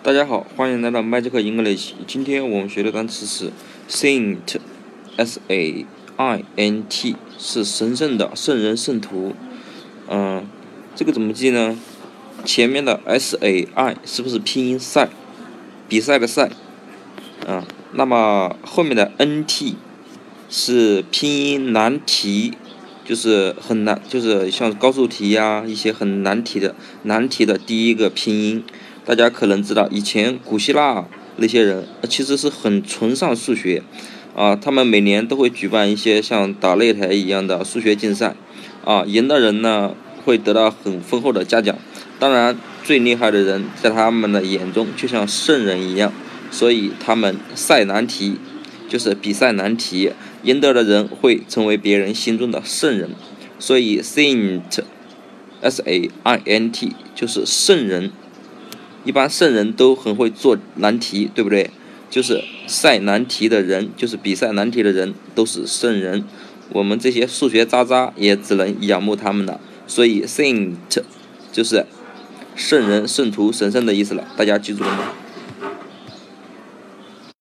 大家好，欢迎来到 Magic English。今天我们学的单词是 Saint，S-A-I-N-T， 是神圣的、圣人、圣徒。这个怎么记呢？前面的 S-A-I 是不是拼音赛？比赛的赛。那么后面的 N-T 是拼音难题，就是很难，就是像高数题呀，一些很难题的第一个拼音。大家可能知道，以前古希腊那些人其实是很崇尚数学他们每年都会举办一些像打擂台一样的数学竞赛赢的人呢会得到很丰厚的嘉奖。当然最厉害的人在他们的眼中就像圣人一样，所以他们赛难题，就是比赛难题，赢得的人会成为别人心中的圣人。所以 Saint S-A-I-N-T 就是圣人。一般圣人都很会做难题，对不对？就是赛难题的人，就是比赛难题的人都是圣人，我们这些数学渣渣也只能仰慕他们了。所以 Saint 就是圣人、圣徒、神圣的意思了，大家记住了吗？